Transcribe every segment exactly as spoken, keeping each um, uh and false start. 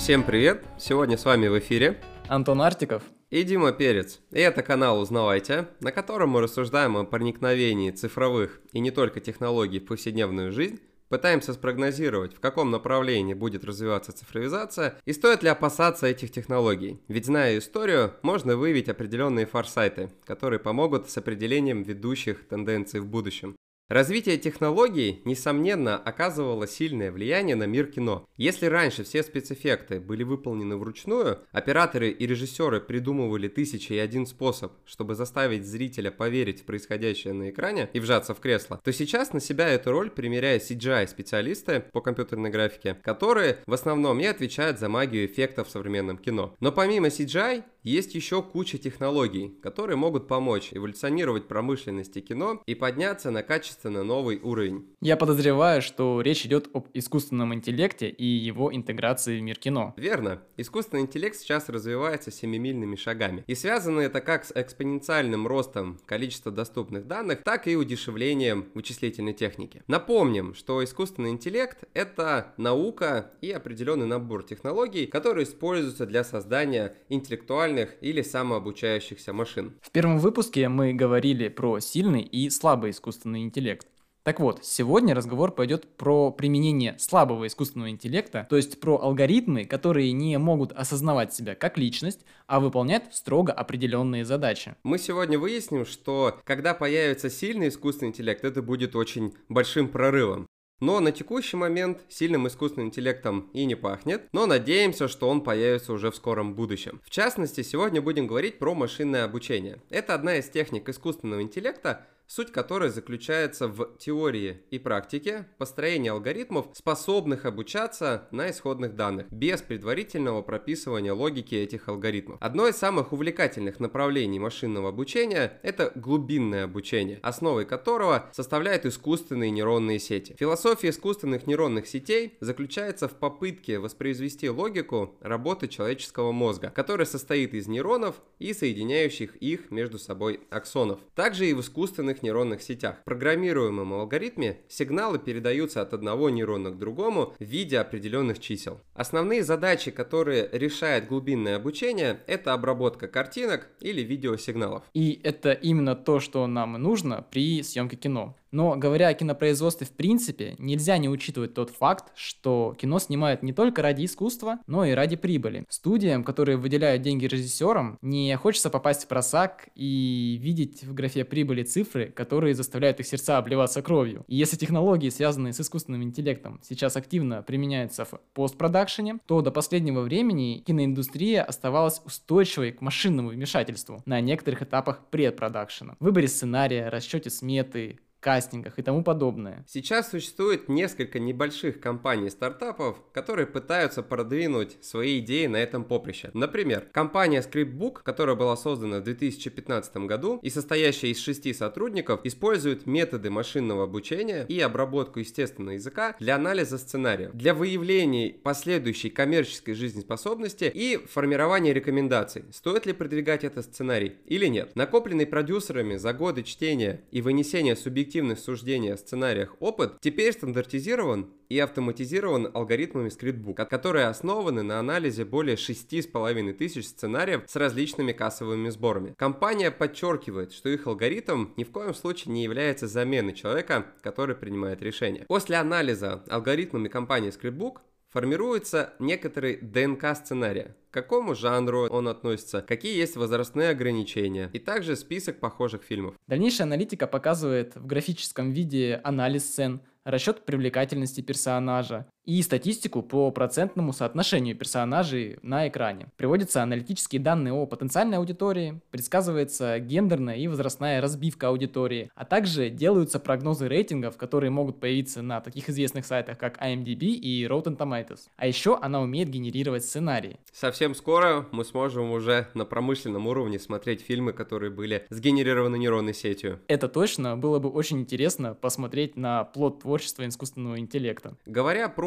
Всем привет! Сегодня с вами в эфире Антон Артиков и Дима Перец. И это канал «Узнавайте», на котором мы рассуждаем о проникновении цифровых и не только технологий в повседневную жизнь, пытаемся спрогнозировать, в каком направлении будет развиваться цифровизация и стоит ли опасаться этих технологий. Ведь, зная историю, можно выявить определенные форсайты, которые помогут с определением ведущих тенденций в будущем. Развитие технологий, несомненно, оказывало сильное влияние на мир кино. Если раньше все спецэффекты были выполнены вручную, операторы и режиссеры придумывали тысяча и один способ, чтобы заставить зрителя поверить в происходящее на экране и вжаться в кресло, то сейчас на себя эту роль примеряют си джи ай-специалисты по компьютерной графике, которые в основном и отвечают за магию эффектов в современном кино. Но помимо си джи ай, есть еще куча технологий, которые могут помочь эволюционировать промышленности кино и подняться на качественно новый уровень. Я подозреваю, что речь идет об искусственном интеллекте и его интеграции в мир кино. Верно. Искусственный интеллект сейчас развивается семимильными шагами. И связано это как с экспоненциальным ростом количества доступных данных, так и удешевлением вычислительной техники. Напомним, что искусственный интеллект – это наука и определенный набор технологий, которые используются для создания интеллектуальных или самообучающихся машин. В первом выпуске мы говорили про сильный и слабый искусственный интеллект. Так вот, сегодня разговор пойдет про применение слабого искусственного интеллекта, то есть про алгоритмы, которые не могут осознавать себя как личность, а выполняют строго определенные задачи. Мы сегодня выясним, что когда появится сильный искусственный интеллект, это будет очень большим прорывом. Но на текущий момент сильным искусственным интеллектом и не пахнет, но надеемся, что он появится уже в скором будущем. В частности, сегодня будем говорить про машинное обучение. Это одна из техник искусственного интеллекта, суть которой заключается в теории и практике построения алгоритмов, способных обучаться на исходных данных, без предварительного прописывания логики этих алгоритмов. Одно из самых увлекательных направлений машинного обучения – это глубинное обучение, основой которого составляют искусственные нейронные сети. Философия искусственных нейронных сетей заключается в попытке воспроизвести логику работы человеческого мозга, которая состоит из нейронов и соединяющих их между собой аксонов. Также и в искусственных нейронных сетях. В программируемом алгоритме сигналы передаются от одного нейрона к другому в виде определенных чисел. Основные задачи, которые решает глубинное обучение, это обработка картинок или видеосигналов. И это именно то, что нам нужно при съемке кино. Но говоря о кинопроизводстве в принципе, нельзя не учитывать тот факт, что кино снимают не только ради искусства, но и ради прибыли. Студиям, которые выделяют деньги режиссерам, не хочется попасть в просак и видеть в графе прибыли цифры, которые заставляют их сердца обливаться кровью. И если технологии, связанные с искусственным интеллектом, сейчас активно применяются в постпродакшене, то до последнего времени киноиндустрия оставалась устойчивой к машинному вмешательству на некоторых этапах предпродакшена. В выборе сценария, расчете сметы, кастингах и тому подобное. Сейчас существует несколько небольших компаний-стартапов, которые пытаются продвинуть свои идеи на этом поприще. Например, компания Scriptbook, которая была создана в две тысячи пятнадцатом году и состоящая из шести сотрудников, использует методы машинного обучения и обработку естественного языка для анализа сценариев, для выявления последующей коммерческой жизнеспособности и формирования рекомендаций, стоит ли продвигать этот сценарий или нет. Накопленный продюсерами за годы чтения и вынесения субъективных суждений о сценариях опыт теперь стандартизирован и автоматизирован алгоритмами Scriptbook, которые основаны на анализе более шести с половиной тысяч сценариев с различными кассовыми сборами. Компания подчеркивает, что их алгоритм ни в коем случае не является заменой человека, который принимает решения. После анализа алгоритмами компании Scriptbook формируется некоторый ДНК сценария, к какому жанру он относится, какие есть возрастные ограничения и также список похожих фильмов. Дальнейшая аналитика показывает в графическом виде анализ сцен, расчет привлекательности персонажа и статистику по процентному соотношению персонажей на экране. Приводятся аналитические данные о потенциальной аудитории, предсказывается гендерная и возрастная разбивка аудитории, а также делаются прогнозы рейтингов, которые могут появиться на таких известных сайтах, как ай эм ди би и Rotten Tomatoes. А еще она умеет генерировать сценарии. Совсем скоро мы сможем уже на промышленном уровне смотреть фильмы, которые были сгенерированы нейронной сетью. Это точно, было бы очень интересно посмотреть на плод творчества искусственного интеллекта. Говоря про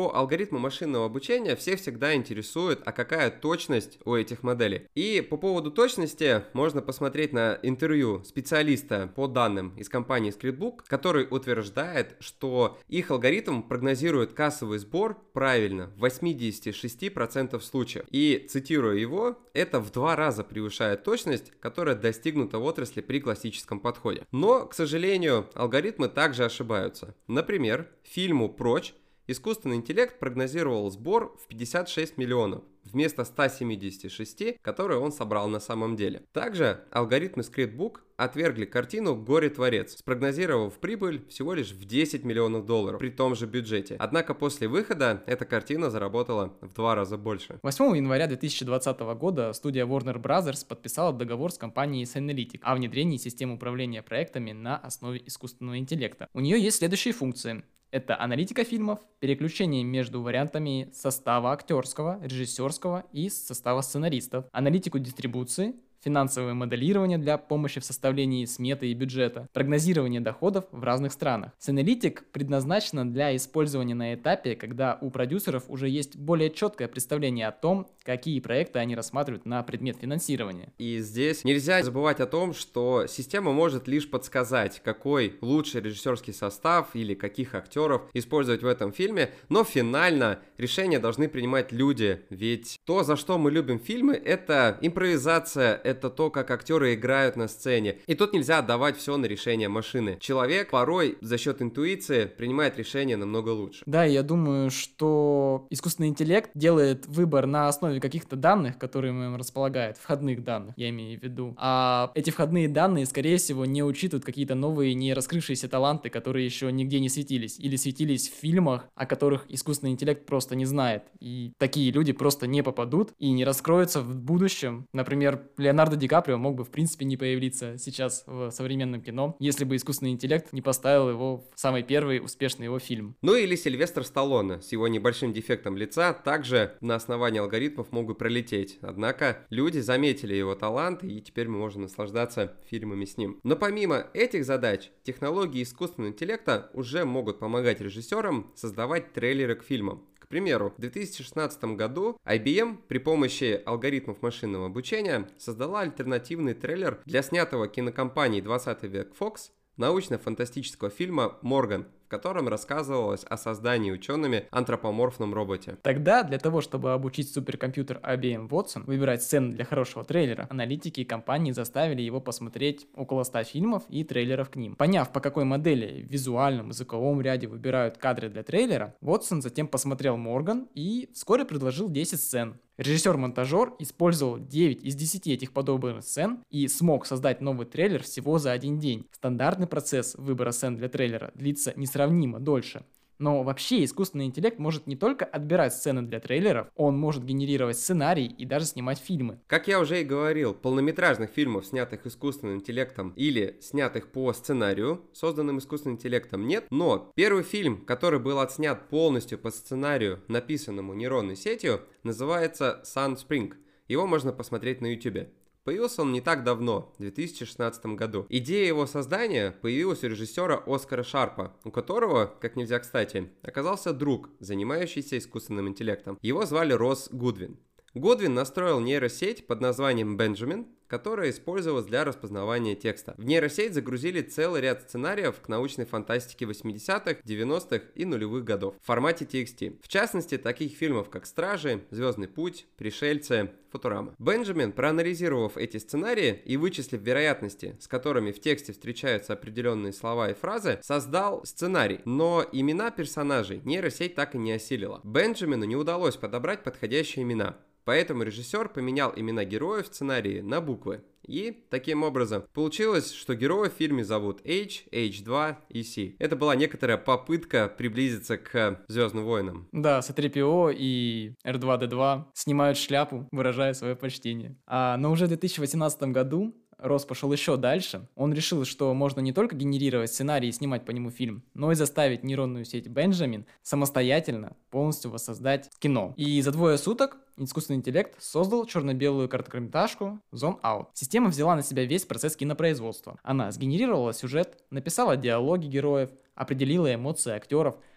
что алгоритмы машинного обучения всех всегда интересуют, а какая точность у этих моделей. И по поводу точности можно посмотреть на интервью специалиста по данным из компании Scriptbook, который утверждает, что их алгоритм прогнозирует кассовый сбор правильно в восемьдесят шесть процентов случаев. И, цитируя его, это в два раза превышает точность, которая достигнута в отрасли при классическом подходе. Но, к сожалению, алгоритмы также ошибаются. Например, фильму «Прочь» искусственный интеллект прогнозировал сбор в пятьдесят шесть миллионов вместо ста семидесяти шести, которые он собрал на самом деле. Также алгоритмы Scriptbook отвергли картину «Горе-творец», спрогнозировав прибыль всего лишь в десять миллионов долларов при том же бюджете. Однако после выхода эта картина заработала в два раза больше. восьмого января две тысячи двадцатого года студия Warner Brothers подписала договор с компанией Synalytic о внедрении систем управления проектами на основе искусственного интеллекта. У нее есть следующие функции. Это аналитика фильмов, переключение между вариантами состава актерского, режиссерского и состава сценаристов, аналитику дистрибуции, финансовое моделирование для помощи в составлении сметы и бюджета, прогнозирование доходов в разных странах. Synalytic предназначена для использования на этапе, когда у продюсеров уже есть более четкое представление о том, какие проекты они рассматривают на предмет финансирования. И здесь нельзя забывать о том, что система может лишь подсказать, какой лучший режиссерский состав или каких актеров использовать в этом фильме, но финально решения должны принимать люди, ведь то, за что мы любим фильмы, это импровизация, это то, как актеры играют на сцене. И тут нельзя отдавать все на решение машины. Человек порой за счет интуиции принимает решения намного лучше. Да, и я думаю, что искусственный интеллект делает выбор на основе каких-то данных, которые им располагает, входных данных, я имею в виду. А эти входные данные, скорее всего, не учитывают какие-то новые, не раскрывшиеся таланты, которые еще нигде не светились. Или светились в фильмах, о которых искусственный интеллект просто не знает. И такие люди просто не попадут и не раскроются в будущем. Например, Леонардо Ди Каприо мог бы в принципе не появиться сейчас в современном кино, если бы искусственный интеллект не поставил его в самый первый успешный его фильм. Ну или Сильвестр Сталлоне с его небольшим дефектом лица также на основании алгоритмов мог бы пролететь. Однако люди заметили его талант, и теперь мы можем наслаждаться фильмами с ним. Но помимо этих задач, технологии искусственного интеллекта уже могут помогать режиссерам создавать трейлеры к фильмам. К примеру, в две тысячи шестнадцатом году ай би эм при помощи алгоритмов машинного обучения создала альтернативный трейлер для снятого кинокомпанией двадцатый век Fox научно-фантастического фильма «Морган», в котором рассказывалось о создании учеными антропоморфном роботе. Тогда для того, чтобы обучить суперкомпьютер ай би эм Watson выбирать сцены для хорошего трейлера, аналитики компании заставили его посмотреть около ста фильмов и трейлеров к ним. Поняв, по какой модели в визуальном и звуковом ряде выбирают кадры для трейлера, Watson затем посмотрел «Морган» и вскоре предложил десять сцен. Режиссер-монтажер использовал девять из десяти этих подобных сцен и смог создать новый трейлер всего за один день. Стандартный процесс выбора сцен для трейлера длится несравнимо дольше. Но вообще искусственный интеллект может не только отбирать сцены для трейлеров, он может генерировать сценарий и даже снимать фильмы. Как я уже и говорил, полнометражных фильмов, снятых искусственным интеллектом или снятых по сценарию, созданным искусственным интеллектом, нет. Но первый фильм, который был отснят полностью по сценарию, написанному нейронной сетью, называется Sun Spring. Его можно посмотреть на YouTube. Появился он не так давно, в две тысячи шестнадцатом году. Идея его создания появилась у режиссера Оскара Шарпа, у которого, как нельзя кстати, оказался друг, занимающийся искусственным интеллектом. Его звали Росс Гудвин. Гудвин настроил нейросеть под названием Benjamin, которая использовалась для распознавания текста. В нейросеть загрузили целый ряд сценариев к научной фантастике восьмидесятых, девяностых и нулевых годов в формате ти экс ти. В частности, таких фильмов как «Стражи», «Звездный путь», «Пришельцы», «Футурама». Бенджамин, проанализировав эти сценарии и вычислив вероятности, с которыми в тексте встречаются определенные слова и фразы, создал сценарий. Но имена персонажей нейросеть так и не осилила. Бенджамину не удалось подобрать подходящие имена. Поэтому режиссер поменял имена героев в сценарии на буквы. И таким образом получилось, что герои в фильме зовут H, эйч два и C. Это была некоторая попытка приблизиться к Звездным войнам. Да, си три пи о и эр два дэ два снимают шляпу, выражая свое почтение. А, но уже в две тысячи восемнадцатом году Росс пошел еще дальше. Он решил, что можно не только генерировать сценарий и снимать по нему фильм, но и заставить нейронную сеть Benjamin самостоятельно полностью воссоздать кино. И за двое суток искусственный интеллект создал черно-белую короткометражку Zone Out. Система взяла на себя весь процесс кинопроизводства. Она сгенерировала сюжет, написала диалоги героев, определила эмоции актеров,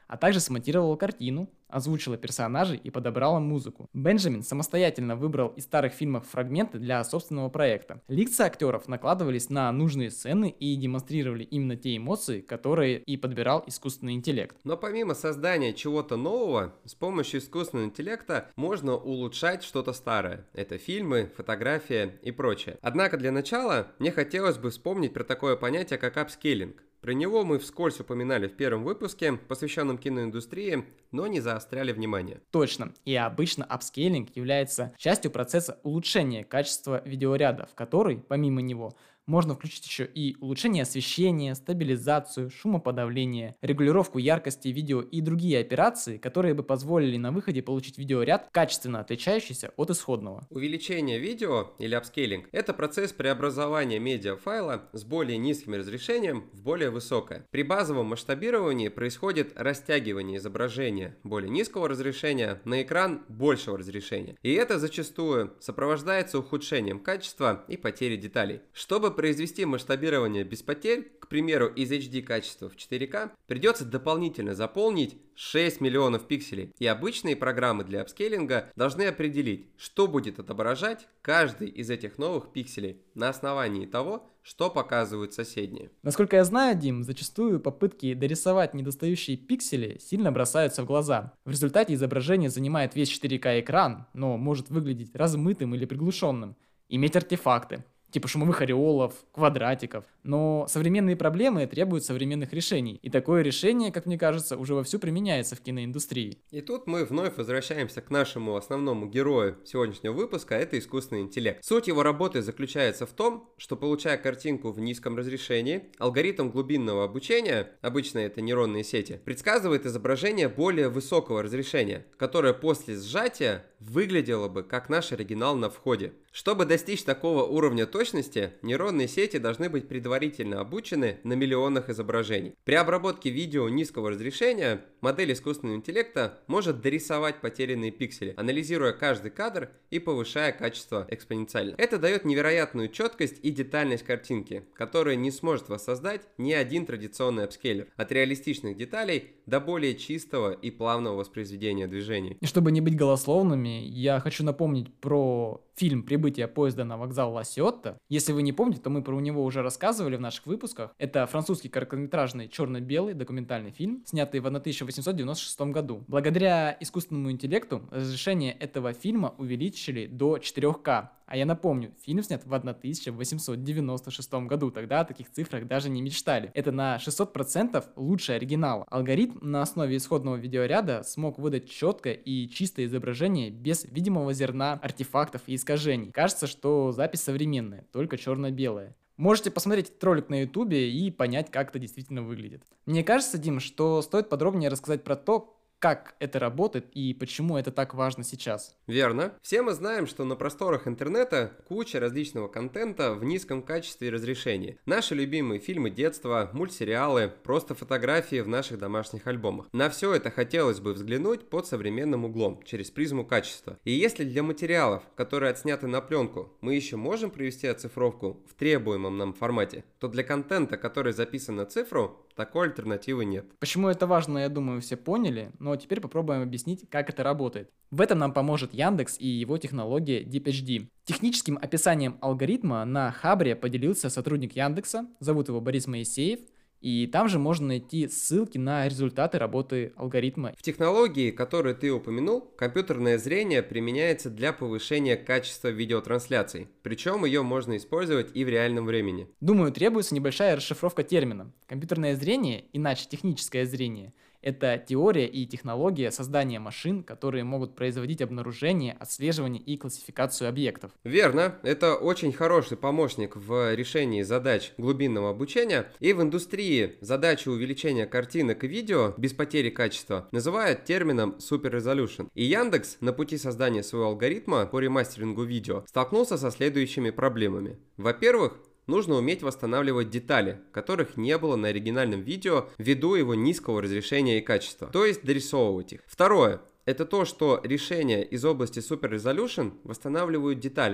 а также смонтировала картину, озвучила персонажей и подобрала музыку. Бенджамин самостоятельно выбрал из старых фильмов фрагменты для собственного проекта. Лица актеров накладывались на нужные сцены и демонстрировали именно те эмоции, которые и подбирал искусственный интеллект. Но помимо создания чего-то нового, с помощью искусственного интеллекта можно улучшать что-то старое. Это фильмы, фотография и прочее. Однако для начала мне хотелось бы вспомнить про такое понятие, как апскейлинг. Про него мы вскользь упоминали в первом выпуске, посвященном киноиндустрии, но не заостряли внимание. Точно. И обычно апскейлинг является частью процесса улучшения качества видеоряда, в который, помимо него, можно включить еще и улучшение освещения, стабилизацию, шумоподавление, регулировку яркости видео и другие операции, которые бы позволили на выходе получить видеоряд, качественно отличающийся от исходного. Увеличение видео или апскейлинг – это процесс преобразования медиафайла с более низким разрешением в более высокое. При базовом масштабировании происходит растягивание изображения более низкого разрешения на экран большего разрешения. И это зачастую сопровождается ухудшением качества и потерей деталей. Чтобы произвести масштабирование без потерь, к примеру, из эйч ди качества в четыре ка, придется дополнительно заполнить шесть миллионов пикселей. И обычные программы для апскейлинга должны определить, что будет отображать каждый из этих новых пикселей на основании того, что показывают соседние. Насколько я знаю, Дим, зачастую попытки дорисовать недостающие пиксели сильно бросаются в глаза. В результате изображение занимает весь четыре ка экран, но может выглядеть размытым или приглушенным, иметь артефакты, типа шумовых ореолов, квадратиков. Но современные проблемы требуют современных решений. И такое решение, как мне кажется, уже вовсю применяется в киноиндустрии. И тут мы вновь возвращаемся к нашему основному герою сегодняшнего выпуска, это искусственный интеллект. Суть его работы заключается в том, что, получая картинку в низком разрешении, алгоритм глубинного обучения, обычно это нейронные сети, предсказывает изображение более высокого разрешения, которое после сжатия выглядело бы как наш оригинал на входе. Чтобы достичь такого уровня точности, нейронные сети должны быть предварительно обучены на миллионах изображений. При обработке видео низкого разрешения модель искусственного интеллекта может дорисовать потерянные пиксели, анализируя каждый кадр и повышая качество экспоненциально. Это дает невероятную четкость и детальность картинки, которую не сможет воссоздать ни один традиционный апскейлер. От реалистичных деталей до более чистого и плавного воспроизведения движений. И чтобы не быть голословными, я хочу напомнить про фильм «Прибытие поезда на вокзал Ла-Сиотта». Если вы не помните, то мы про него уже рассказывали в наших выпусках. Это французский короткометражный черно-белый документальный фильм, снятый в тысяча восемьсот девяносто шестом году. Благодаря искусственному интеллекту разрешение этого фильма увеличили до четыре ка. А я напомню, фильм снят в тысяча восемьсот девяносто шестом году, тогда о таких цифрах даже не мечтали. Это на шестьсот процентов лучше оригинала. Алгоритм на основе исходного видеоряда смог выдать четкое и чистое изображение без видимого зерна артефактов и искажений. Кажется, что запись современная, только черно-белая. Можете посмотреть этот ролик на ютубе и понять, как это действительно выглядит. Мне кажется, Дим, что стоит подробнее рассказать про то, как это работает и почему это так важно сейчас. Верно. Все мы знаем, что на просторах интернета куча различного контента в низком качестве и разрешении. Наши любимые фильмы детства, мультсериалы, просто фотографии в наших домашних альбомах. На все это хотелось бы взглянуть под современным углом, через призму качества. И если для материалов, которые отсняты на пленку, мы еще можем провести оцифровку в требуемом нам формате, то для контента, который записан на цифру, такой альтернативы нет. Почему это важно, я думаю, все поняли, но теперь попробуем объяснить, как это работает. В этом нам поможет Яндекс и его технология DeepHD. Техническим описанием алгоритма на Хабре поделился сотрудник Яндекса, зовут его Борис Моисеев, и там же можно найти ссылки на результаты работы алгоритма. В технологии, которую ты упомянул, компьютерное зрение применяется для повышения качества видеотрансляций. Причем ее можно использовать и в реальном времени. Думаю, требуется небольшая расшифровка термина. Компьютерное зрение, иначе техническое зрение, это теория и технология создания машин, которые могут производить обнаружение, отслеживание и классификацию объектов. Верно, это очень хороший помощник в решении задач глубинного обучения, и в индустрии задачу увеличения картинок и видео без потери качества называют термином Super Resolution. И Яндекс на пути создания своего алгоритма по ремастерингу видео столкнулся со следующими проблемами. Во-первых, нужно уметь восстанавливать детали, которых не было на оригинальном видео ввиду его низкого разрешения и качества, то есть дорисовывать их. Второе, это то, что решения из области Super Resolution восстанавливают детали,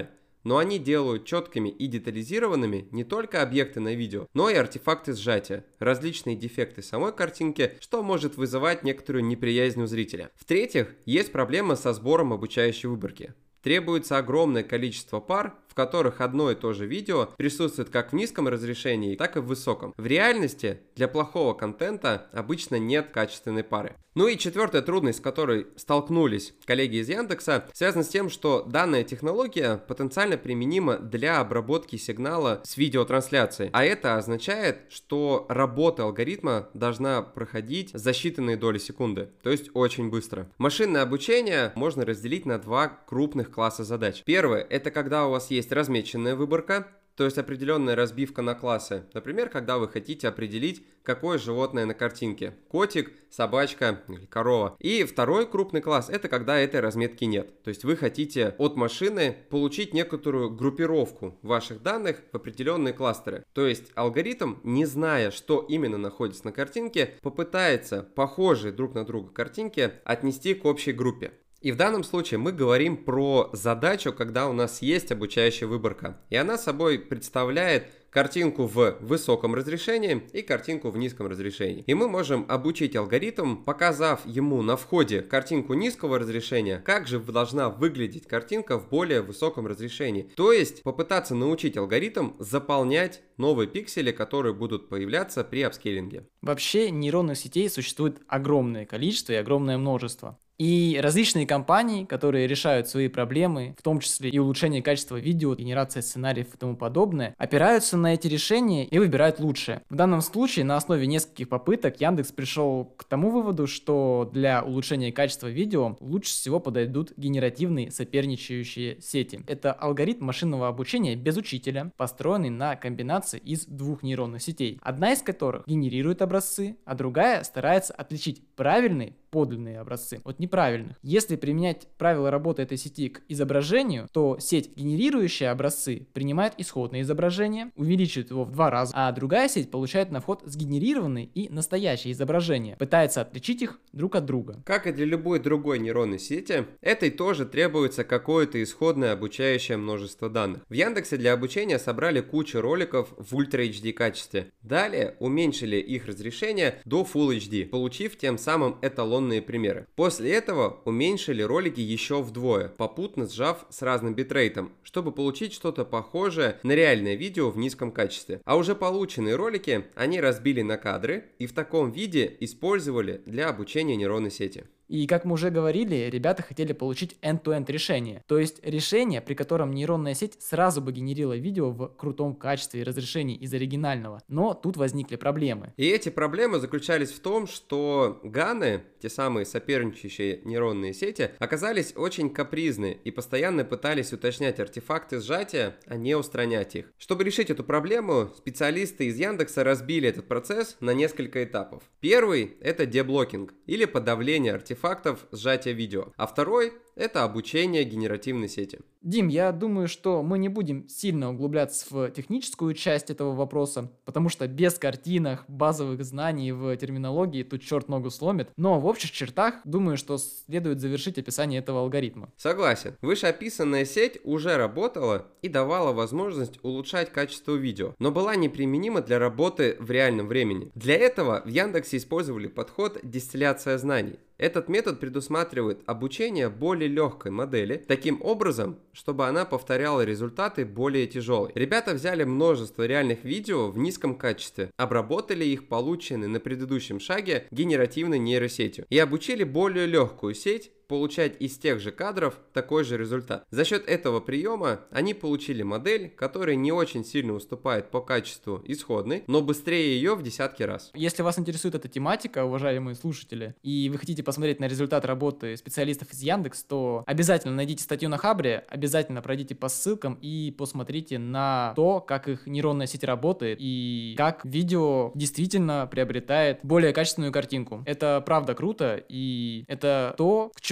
но они делают четкими и детализированными не только объекты на видео, но и артефакты сжатия, различные дефекты самой картинки, что может вызывать некоторую неприязнь у зрителя. В-третьих, есть проблема со сбором обучающей выборки. Требуется огромное количество пар, в которых одно и то же видео присутствует как в низком разрешении, так и в высоком. В реальности для плохого контента обычно нет качественной пары. Ну и четвертая трудность, с которой столкнулись коллеги из Яндекса, связана с тем, что данная технология потенциально применима для обработки сигнала с видеотрансляцией. А это означает, что работа алгоритма должна проходить за считанные доли секунды, то есть очень быстро. Машинное обучение можно разделить на два крупных класса задач. Первое – это когда у вас есть размеченная выборка, то есть определенная разбивка на классы. Например, когда вы хотите определить, какое животное на картинке. Котик, собачка или корова. И второй крупный класс – это когда этой разметки нет. То есть вы хотите от машины получить некоторую группировку ваших данных в определенные кластеры. То есть алгоритм, не зная, что именно находится на картинке, попытается похожие друг на друга картинки отнести к общей группе. И в данном случае мы говорим про задачу, когда у нас есть обучающая выборка. И она собой представляет картинку в высоком разрешении и картинку в низком разрешении. И мы можем обучить алгоритм, показав ему на входе картинку низкого разрешения, как же должна выглядеть картинка в более высоком разрешении. То есть попытаться научить алгоритм заполнять новые пиксели, которые будут появляться при апскейлинге. Вообще нейронных сетей существует огромное количество и огромное множество. И различные компании, которые решают свои проблемы, в том числе и улучшение качества видео, генерация сценариев и тому подобное, опираются на эти решения и выбирают лучшее. В данном случае на основе нескольких попыток Яндекс пришел к тому выводу, что для улучшения качества видео лучше всего подойдут генеративные соперничающие сети. Это алгоритм машинного обучения без учителя, построенный на комбинации из двух нейронных сетей, одна из которых генерирует образцы, а другая старается отличить правильные подлинные образцы от неправильных. Если применять правила работы этой сети к изображению, то сеть, генерирующая образцы, принимает исходное изображение, увеличивает его в два раза, а другая сеть получает на вход сгенерированные и настоящие изображения, пытается отличить их друг от друга. Как и для любой другой нейронной сети, этой тоже требуется какое-то исходное обучающее множество данных. В Яндексе для обучения собрали кучу роликов в Ультра эйч ди качестве. Далее уменьшили их разрешение до Full эйч ди, получив тем самым эталон примеры. После этого уменьшили ролики еще вдвое, попутно сжав с разным битрейтом, чтобы получить что-то похожее на реальное видео в низком качестве. А уже полученные ролики они разбили на кадры и в таком виде использовали для обучения нейронной сети. И, как мы уже говорили, ребята хотели получить end-to-end решение. То есть решение, при котором нейронная сеть сразу бы генерила видео в крутом качестве и разрешении из оригинального. Но тут возникли проблемы. И эти проблемы заключались в том, что ганы, те самые соперничающие нейронные сети, оказались очень капризны и постоянно пытались уточнять артефакты сжатия, а не устранять их. Чтобы решить эту проблему, специалисты из Яндекса разбили этот процесс на несколько этапов. Первый – это деблокинг или подавление артефактов фактов сжатия видео, а второй – это обучение генеративной сети. Дим, я думаю, что мы не будем сильно углубляться в техническую часть этого вопроса, потому что без картинок, базовых знаний в терминологии тут черт ногу сломит, но в общих чертах думаю, что следует завершить описание этого алгоритма. Согласен. Вышеописанная сеть уже работала и давала возможность улучшать качество видео, но была неприменима для работы в реальном времени. Для этого в Яндексе использовали подход дистилляция знаний. Этот метод предусматривает обучение более легкой модели, таким образом, чтобы она повторяла результаты более тяжелой. Ребята взяли множество реальных видео в низком качестве, обработали их полученные на предыдущем шаге генеративной нейросетью и обучили более легкую сеть получать из тех же кадров такой же результат. За счет этого приема они получили модель, которая не очень сильно уступает по качеству исходной, но быстрее ее в десятки раз. Если вас интересует эта тематика, уважаемые слушатели, и вы хотите посмотреть на результат работы специалистов из Яндекс, то обязательно найдите статью на Хабре, обязательно пройдите по ссылкам и посмотрите на то, как их нейронная сеть работает и как видео действительно приобретает более качественную картинку. Это правда круто, и это то, к чему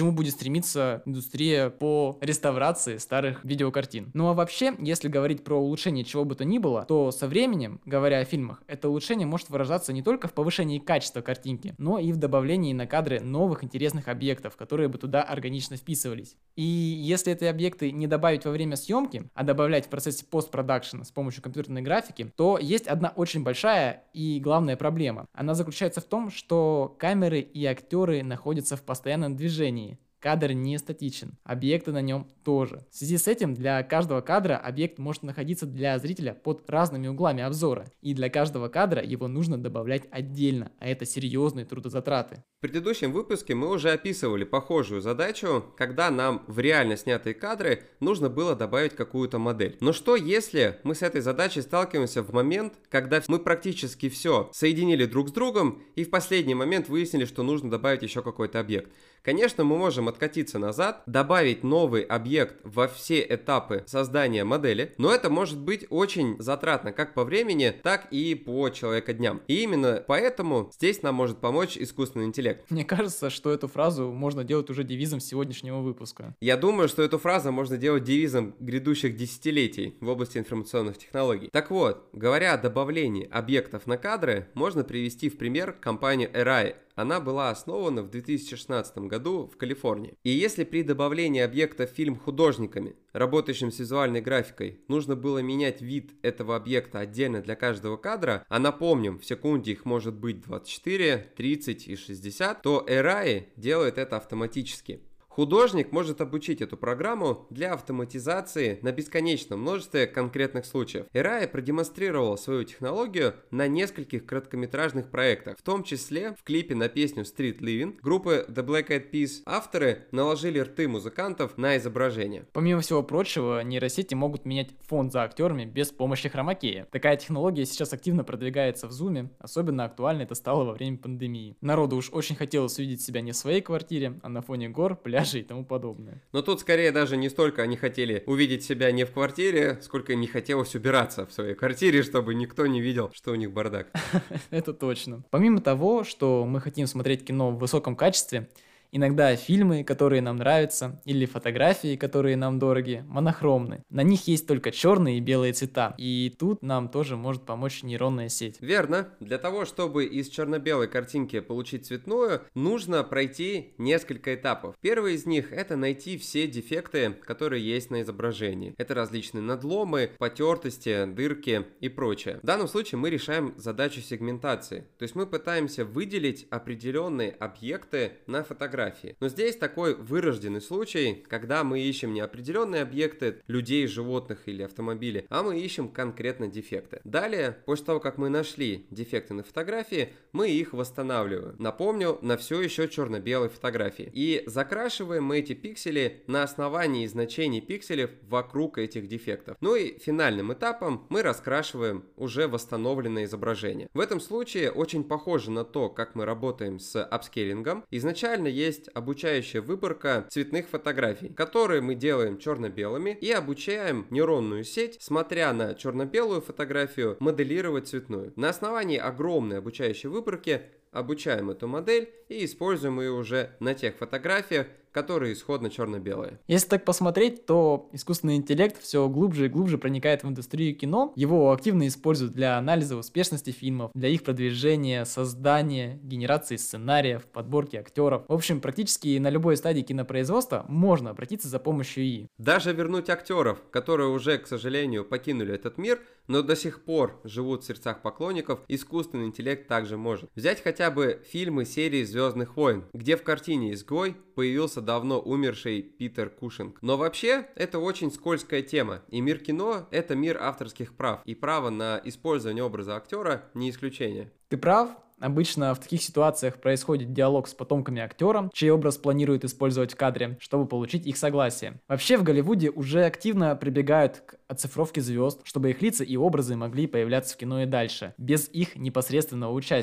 чему будет стремиться индустрия по реставрации старых видеокартин. Ну а вообще, если говорить про улучшение чего бы то ни было, то со временем, говоря о фильмах, это улучшение может выражаться не только в повышении качества картинки, но и в добавлении на кадры новых интересных объектов, которые бы туда органично вписывались. И если эти объекты не добавить во время съемки, а добавлять в процессе постпродакшена с помощью компьютерной графики, то есть одна очень большая и главная проблема. Она заключается в том, что камеры и актеры находятся в постоянном движении. Кадр не статичен, объекты на нем тоже. В связи с этим для каждого кадра объект может находиться для зрителя под разными углами обзора, и для каждого кадра его нужно добавлять отдельно, а это серьезные трудозатраты. В предыдущем выпуске мы уже описывали похожую задачу, когда нам в реально снятые кадры нужно было добавить какую-то модель. Но что если мы с этой задачей сталкиваемся в момент, когда мы практически все соединили друг с другом и в последний момент выяснили, что нужно добавить еще какой-то объект? Конечно, мы можем откатиться назад, добавить новый объект во все этапы создания модели, но это может быть очень затратно как по времени, так и по человекодням. И именно поэтому здесь нам может помочь искусственный интеллект. Мне кажется, что эту фразу можно делать уже девизом сегодняшнего выпуска. Я думаю, что эту фразу можно делать девизом грядущих десятилетий в области информационных технологий. Так вот, говоря о добавлении объектов на кадры, можно привести в пример компанию Array. Она была основана в две тысячи шестнадцатом году в Калифорнии. И если при добавлении объекта в фильм художниками, работающим с визуальной графикой, нужно было менять вид этого объекта отдельно для каждого кадра, а напомним, в секунде их может быть двадцать четыре, тридцать и шестьдесят, то Array делает это автоматически. Художник может обучить эту программу для автоматизации на бесконечном множестве конкретных случаев. Array продемонстрировала свою технологию на нескольких короткометражных проектах, в том числе в клипе на песню Street Living группы The Black Eyed Peas. Авторы наложили рты музыкантов на изображение. Помимо всего прочего, нейросети могут менять фон за актерами без помощи хромакея. Такая технология сейчас активно продвигается в Zoom, особенно актуально это стало во время пандемии. Народу уж очень хотелось увидеть себя не в своей квартире, а на фоне гор, пляжей и тому подобное. Но тут скорее даже не столько они хотели увидеть себя не в квартире, сколько им не хотелось убираться в своей квартире, чтобы никто не видел, что у них бардак. Это точно. Помимо того, что мы хотим смотреть кино в высоком качестве, иногда фильмы, которые нам нравятся, или фотографии, которые нам дороги, монохромны. На них есть только черные и белые цвета. И тут нам тоже может помочь нейронная сеть. Верно. Для того, чтобы из черно-белой картинки получить цветную, нужно пройти несколько этапов. Первый из них — это найти все дефекты, которые есть на изображении. Это различные надломы, потертости, дырки и прочее. В данном случае мы решаем задачу сегментации. То есть мы пытаемся выделить определенные объекты на фотографии. Но здесь такой вырожденный случай, когда мы ищем не определенные объекты людей, животных или автомобилей, а мы ищем конкретно дефекты. Далее, после того, как мы нашли дефекты на фотографии, мы их восстанавливаем. Напомню, на все еще черно-белой фотографии. И закрашиваем мы эти пиксели на основании значений пикселей вокруг этих дефектов. Ну и финальным этапом мы раскрашиваем уже восстановленное изображение. В этом случае очень похоже на то, как мы работаем с апскейлингом. Изначально есть обучающая выборка цветных фотографий, которые мы делаем черно-белыми и обучаем нейронную сеть, смотря на черно-белую фотографию, моделировать цветную. На основании огромной обучающей выборки обучаем эту модель и используем ее уже на тех фотографиях, которые исходно черно-белые. Если так посмотреть, то искусственный интеллект все глубже и глубже проникает в индустрию кино. Его активно используют для анализа успешности фильмов, для их продвижения, создания, генерации сценариев, подборки актеров. В общем, практически на любой стадии кинопроизводства можно обратиться за помощью ИИ. Даже вернуть актеров, которые уже, к сожалению, покинули этот мир, но до сих пор живут в сердцах поклонников, искусственный интеллект также может. Взять хотя бы фильмы серии «Звездных войн», где в картине «Изгой» появился давно умерший Питер Кушинг. Но вообще, это очень скользкая тема, и мир кино — это мир авторских прав, и право на использование образа актера не исключение. Ты прав. Обычно в таких ситуациях происходит диалог с потомками актера, чей образ планируют использовать в кадре, чтобы получить их согласие. Вообще в Голливуде уже активно прибегают к оцифровке звезд, чтобы их лица и образы могли появляться в кино и дальше, без их непосредственного участия.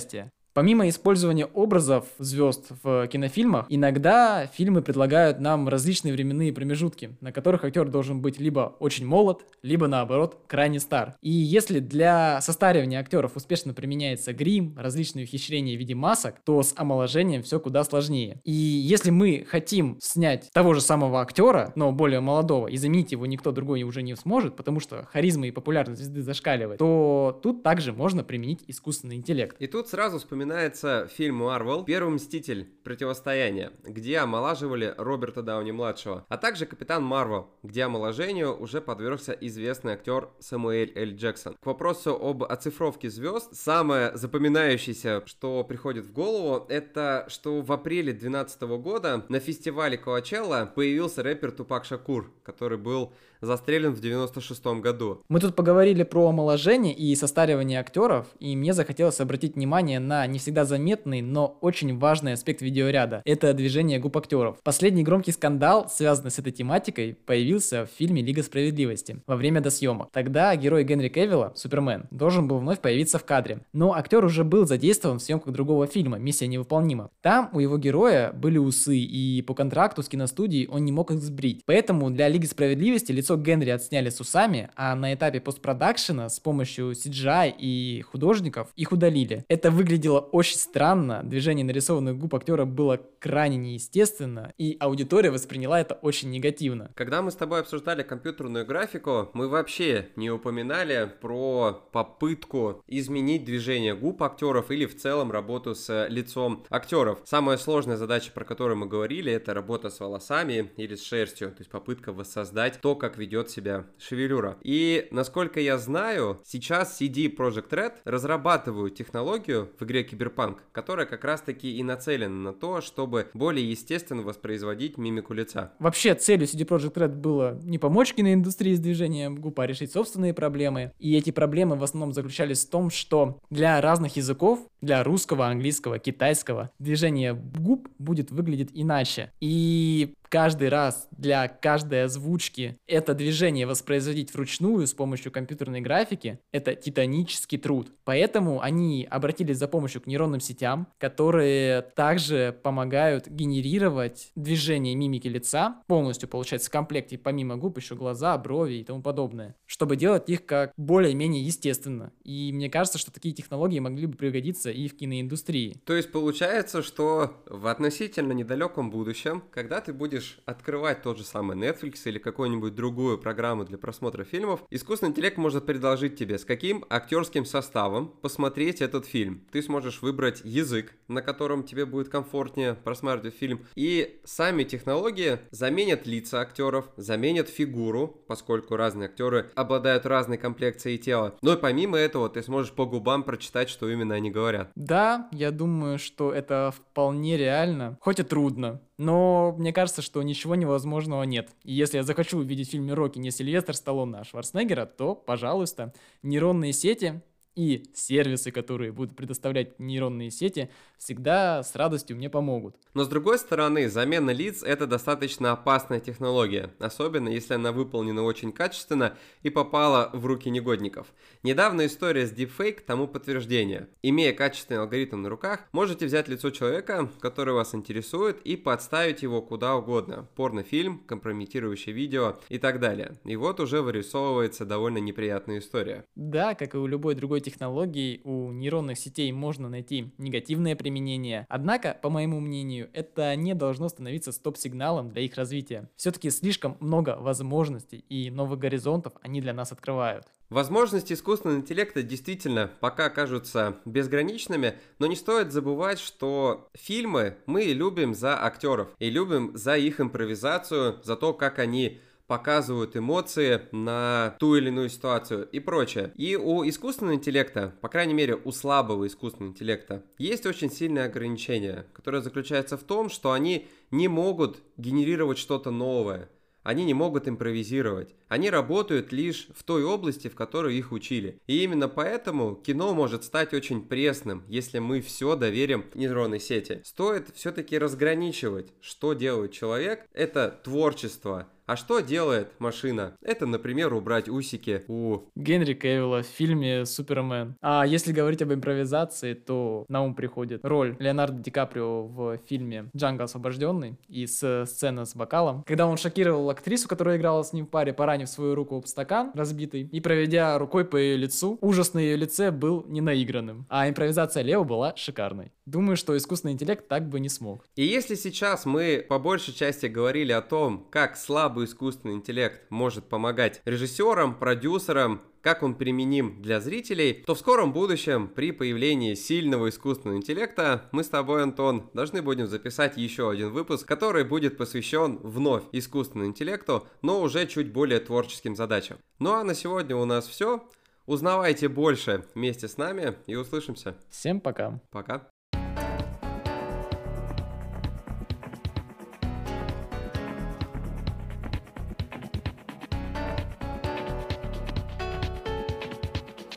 Помимо использования образов звезд в кинофильмах, иногда фильмы предлагают нам различные временные промежутки, на которых актер должен быть либо очень молод, либо наоборот крайне стар. И если для состаривания актеров успешно применяется грим, различные ухищрения в виде масок, то с омоложением все куда сложнее. И если мы хотим снять того же самого актера, но более молодого, и заменить его никто другой уже не сможет, потому что харизма и популярность звезды зашкаливает, то тут также можно применить искусственный интеллект. И тут сразу вспоминается Вспоминается фильм Marvel «Первый мститель. Противостояние», где омолаживали Роберта Дауни-младшего, а также Капитан Марвел, где омоложению уже подвергся известный актер Сэмюэль Л. Джексон. К вопросу об оцифровке звезд, самое запоминающееся, что приходит в голову, это что в апреле две тысячи двенадцатого года на фестивале Коачелла появился рэпер Тупак Шакур, который был застрелен в девяносто шестом году. Мы тут поговорили про омоложение и состаривание актеров, и мне захотелось обратить внимание на не всегда заметный, но очень важный аспект видеоряда. Это движение губ актеров. Последний громкий скандал, связанный с этой тематикой, появился в фильме «Лига справедливости» во время досъемок. Тогда герой Генри Кевилла, Супермен, должен был вновь появиться в кадре. Но актер уже был задействован в съемках другого фильма «Миссия невыполнима». Там у его героя были усы, и по контракту с киностудией он не мог их сбрить. Поэтому для «Лиги справедливости» лицо Генри отсняли с усами, а на этапе постпродакшена с помощью си джи ай и художников их удалили. Это выглядело очень странно, движение нарисованных губ актера было крайне неестественно, и аудитория восприняла это очень негативно. Когда мы с тобой обсуждали компьютерную графику, мы вообще не упоминали про попытку изменить движение губ актеров или в целом работу с лицом актеров. Самая сложная задача, про которую мы говорили, это работа с волосами или с шерстью, то есть попытка воссоздать то, как ведет себя шевелюра. И, насколько я знаю, сейчас си ди Projekt Red разрабатывают технологию в игре Cyberpunk, которая как раз-таки и нацелена на то, чтобы более естественно воспроизводить мимику лица. Вообще, целью си ди Projekt Red было не помочь киноиндустрии с движением губ, а решить собственные проблемы. И эти проблемы в основном заключались в том, что для разных языков, для русского, английского, китайского, движение губ будет выглядеть иначе. И каждый раз для каждой озвучки это движение воспроизводить вручную с помощью компьютерной графики — это титанический труд. Поэтому они обратились за помощью к нейронным сетям, которые также помогают генерировать движение мимики лица, полностью получается в комплекте помимо губ еще глаза, брови и тому подобное, чтобы делать их как более-менее естественно. И мне кажется, что такие технологии могли бы пригодиться и в киноиндустрии. То есть получается, что в относительно недалеком будущем, когда ты будешь открывать тот же самый Netflix или какую-нибудь другую программу для просмотра фильмов, искусственный интеллект может предложить тебе, с каким актерским составом посмотреть этот фильм. Ты сможешь выбрать язык, на котором тебе будет комфортнее просматривать фильм, и сами технологии заменят лица актеров, заменят фигуру, поскольку разные актеры обладают разной комплекцией тела. Но и помимо этого ты сможешь по губам прочитать, что именно они говорят. Да, я думаю, что это вполне реально, хоть и трудно. Но мне кажется, что ничего невозможного нет. И если я захочу увидеть в фильме «Рокки» не Сильвестр Сталлоне, а Шварценеггера, то, пожалуйста, нейронные сети и сервисы, которые будут предоставлять нейронные сети, всегда с радостью мне помогут. Но с другой стороны, замена лиц — это достаточно опасная технология, особенно если она выполнена очень качественно и попала в руки негодников. Недавно история с Deepfake тому подтверждение. Имея качественный алгоритм на руках, можете взять лицо человека, который вас интересует, и подставить его куда угодно. Порнофильм, компрометирующее видео и так далее. И вот уже вырисовывается довольно неприятная история. Да, как и у любой другой технологии, у нейронных сетей можно найти негативное применение. Однако, по моему мнению, это не должно становиться стоп-сигналом для их развития. Все-таки слишком много возможностей и новых горизонтов они для нас открывают. Возможности искусственного интеллекта действительно пока кажутся безграничными, но не стоит забывать, что фильмы мы любим за актеров и любим за их импровизацию, за то, как они показывают эмоции на ту или иную ситуацию и прочее. И у искусственного интеллекта, по крайней мере у слабого искусственного интеллекта, есть очень сильное ограничение, которое заключается в том, что они не могут генерировать что-то новое. Они не могут импровизировать. Они работают лишь в той области, в которой их учили. И именно поэтому кино может стать очень пресным, если мы все доверим нейронной сети. Стоит все-таки разграничивать, что делает человек. Это творчество, А что делает машина? Это, например, убрать усики у Генри Кевилла в фильме «Супермен». А если говорить об импровизации, то на ум приходит роль Леонардо Ди Каприо в фильме «Джанго освобожденный» и с сцена с бокалом, когда он шокировал актрису, которая играла с ним в паре, поранив свою руку об стакан разбитый и проведя рукой по ее лицу. Ужас на ее лице был не наигранным, а импровизация Лео была шикарной. Думаю, что искусственный интеллект так бы не смог. И если сейчас мы по большей части говорили о том, как слабый искусственный интеллект может помогать режиссерам, продюсерам, как он применим для зрителей, то в скором будущем при появлении сильного искусственного интеллекта мы с тобой, Антон, должны будем записать еще один выпуск, который будет посвящен вновь искусственному интеллекту, но уже чуть более творческим задачам. Ну а на сегодня у нас все. Узнавайте больше вместе с нами и услышимся. Всем пока. Пока.